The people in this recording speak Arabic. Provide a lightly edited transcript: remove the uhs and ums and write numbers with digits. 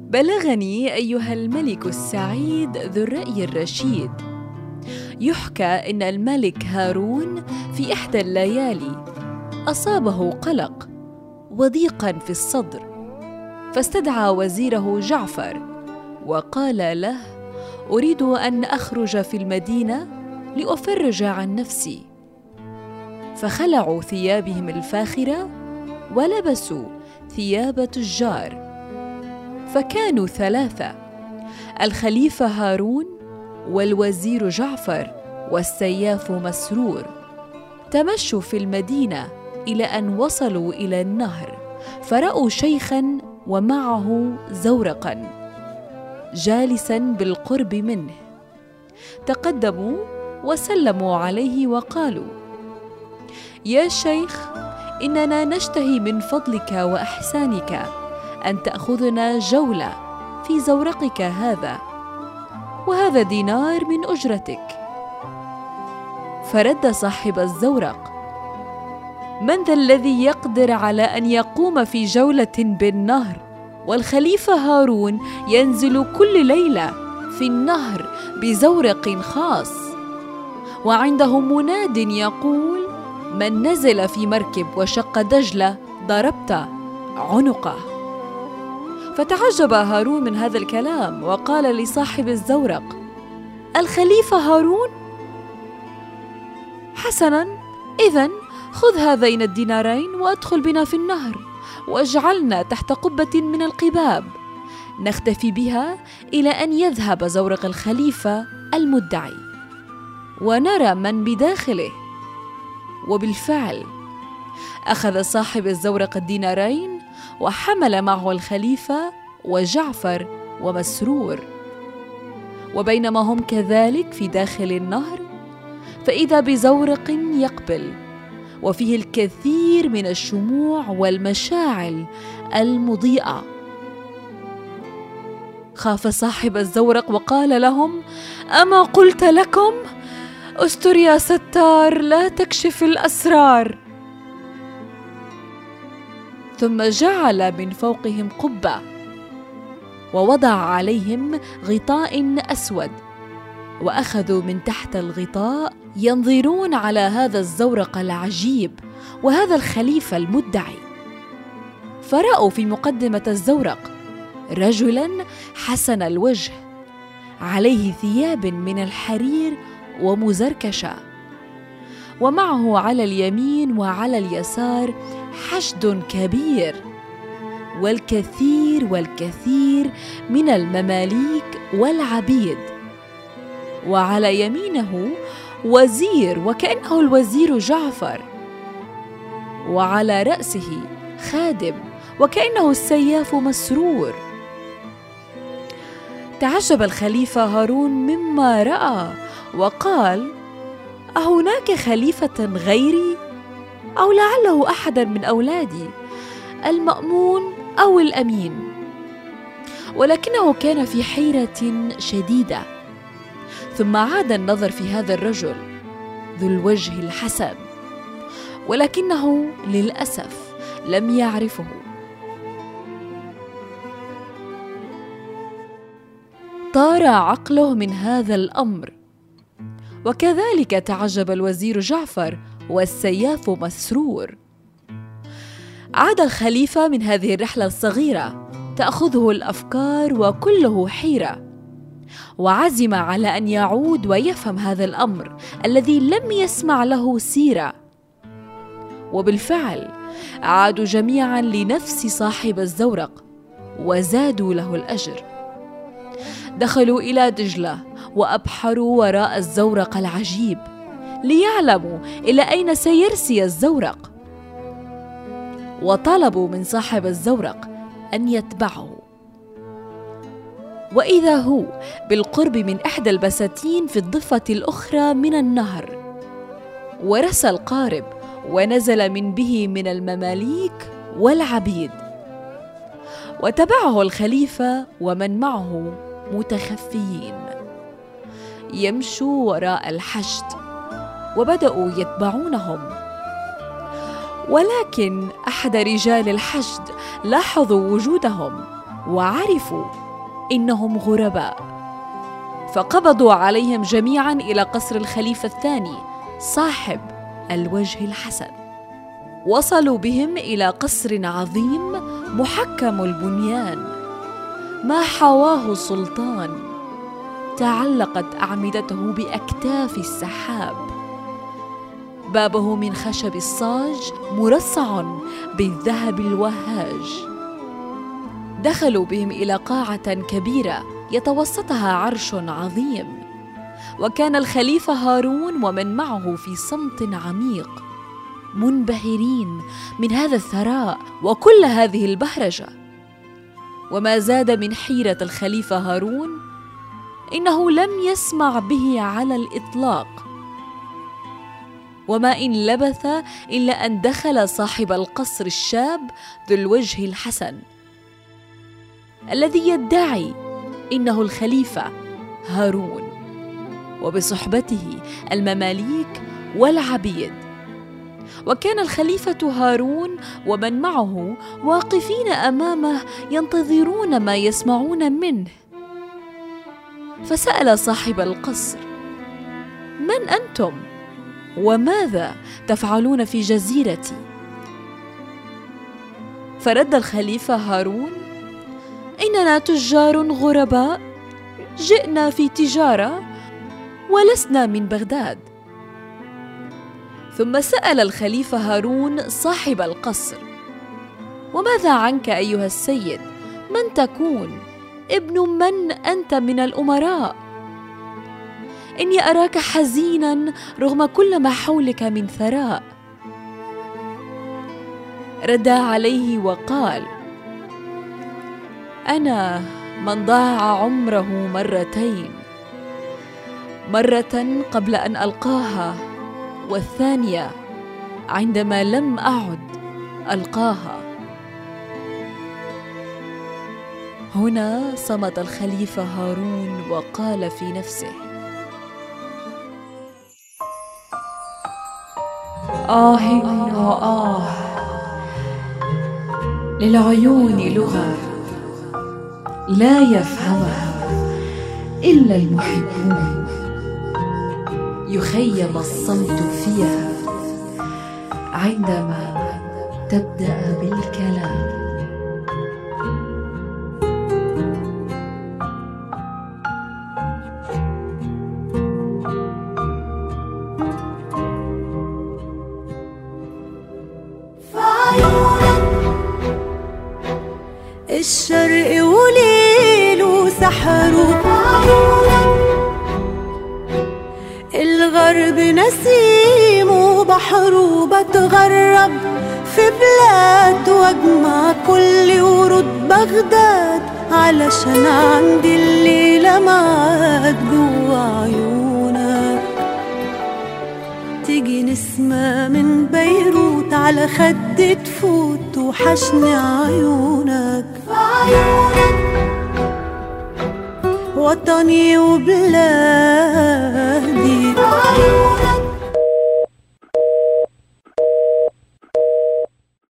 بلغني أيها الملك السعيد ذو الرأي الرشيد، يحكى إن الملك هارون في إحدى الليالي أصابه قلق وضيقاً في الصدر، فاستدعى وزيره جعفر وقال له: أريد أن أخرج في المدينة لأفرج عن نفسي. فخلعوا ثيابهم الفاخرة ولبسوا ثياب تجار، فكانوا ثلاثة: الخليفة هارون والوزير جعفر والسياف مسرور. تمشوا في المدينة إلى أن وصلوا إلى النهر، فرأوا شيخاً ومعه زورقاً جالساً بالقرب منه. تقدموا وسلموا عليه وقالوا: يا شيخ، إننا نشتهي من فضلك وإحسانك أن تأخذنا جولة في زورقك هذا، وهذا دينار من أجرتك. فرد صاحب الزورق: من ذا الذي يقدر على أن يقوم في جولة بالنهر، والخليفة هارون ينزل كل ليلة في النهر بزورق خاص، وعنده مناد يقول: من نزل في مركب وشق دجلة ضربت عنقه. فتعجب هارون من هذا الكلام وقال لصاحب الزورق: الخليفة هارون؟ حسناً، إذن خذ هذين الدينارين وادخل بنا في النهر، واجعلنا تحت قبة من القباب نختفي بها إلى أن يذهب زورق الخليفة المدعي ونرى من بداخله. وبالفعل أخذ صاحب الزورق الدينارين وحمل معه الخليفة وجعفر ومسرور. وبينما هم كذلك في داخل النهر، فإذا بزورق يقبل وفيه الكثير من الشموع والمشاعل المضيئة. خاف صاحب الزورق وقال لهم: أما قلت لكم استر يا ستار لا تكشف الأسرار. ثم جعل من فوقهم قبة ووضع عليهم غطاء أسود، وأخذوا من تحت الغطاء ينظرون على هذا الزورق العجيب وهذا الخليفة المدعي. فرأوا في مقدمة الزورق رجلاً حسن الوجه، عليه ثياب من الحرير ومزركشة، ومعه على اليمين وعلى اليسار حشد كبير والكثير من المماليك والعبيد، وعلى يمينه وزير وكأنه الوزير جعفر، وعلى رأسه خادم وكأنه السياف مسرور. تعجب الخليفة هارون مما رأى وقال: أهناك خليفة غيري؟ أو لعله أحدا من أولادي المأمون أو الأمين؟ ولكنه كان في حيرة شديدة. ثم عاد النظر في هذا الرجل ذو الوجه الحسن، ولكنه للأسف لم يعرفه. طار عقله من هذا الأمر، وكذلك تعجب الوزير جعفر والسياف مسرور. عاد الخليفة من هذه الرحلة الصغيرة تأخذه الأفكار وكله حيرة، وعزم على أن يعود ويفهم هذا الأمر الذي لم يسمع له سيرة. وبالفعل عادوا جميعا لنفس صاحب الزورق وزادوا له الأجر. دخلوا إلى دجلة وأبحروا وراء الزورق العجيب ليعلموا إلى أين سيرسي الزورق، وطلبوا من صاحب الزورق أن يتبعه. وإذا هو بالقرب من إحدى البساتين في الضفة الأخرى من النهر، ورسى القارب ونزل من به من المماليك والعبيد، وتبعه الخليفة ومن معه متخفيين يمشوا وراء الحشد، وبدأوا يتبعونهم. ولكن أحد رجال الحشد لاحظوا وجودهم وعرفوا إنهم غرباء، فقبضوا عليهم جميعا إلى قصر الخليفة الثاني صاحب الوجه الحسن. وصلوا بهم إلى قصر عظيم محكم البنيان ما حواه سلطان، تعلقت أعمدته بأكتاف السحاب، بابه من خشب الصاج مرصع بالذهب الوهاج. دخلوا بهم إلى قاعة كبيرة يتوسطها عرش عظيم، وكان الخليفة هارون ومن معه في صمت عميق منبهرين من هذا الثراء وكل هذه البهرجة. وما زاد من حيرة الخليفة هارون إنه لم يسمع به على الإطلاق، وما إن لبث إلا أن دخل صاحب القصر الشاب ذو الوجه الحسن الذي يدعي إنه الخليفة هارون، وبصحبته المماليك والعبيد. وكان الخليفة هارون ومن معه واقفين أمامه ينتظرون ما يسمعون منه. فسأل صاحب القصر: من أنتم؟ وماذا تفعلون في جزيرتي؟ فرد الخليفة هارون: إننا تجار غرباء، جئنا في تجارة ولسنا من بغداد. ثم سأل الخليفة هارون صاحب القصر: وماذا عنك أيها السيد؟ من تكون؟ ابن من أنت من الأمراء؟ إني أراك حزينا رغم كل ما حولك من ثراء. رد عليه وقال: أنا من ضاع عمره مرتين، مرة قبل أن ألقاها، والثانية عندما لم أعد ألقاها. هنا صمت الخليفة هارون وقال في نفسه: آه وآه، للعيون لغة لا يفهمها إلا المحبون، يخيم الصوت فيها عندما تبدأ بالكلام. الشرق وليل وسحر، الغرب نسيم وبحر، وبتغرب في بلاد واجمع كل ورود بغداد، علشان عندي الليلة معاد جوا عيونك. تيجي نسمة من بيروت على خدي تفوت، وحشني عيونك. وطني وبلاد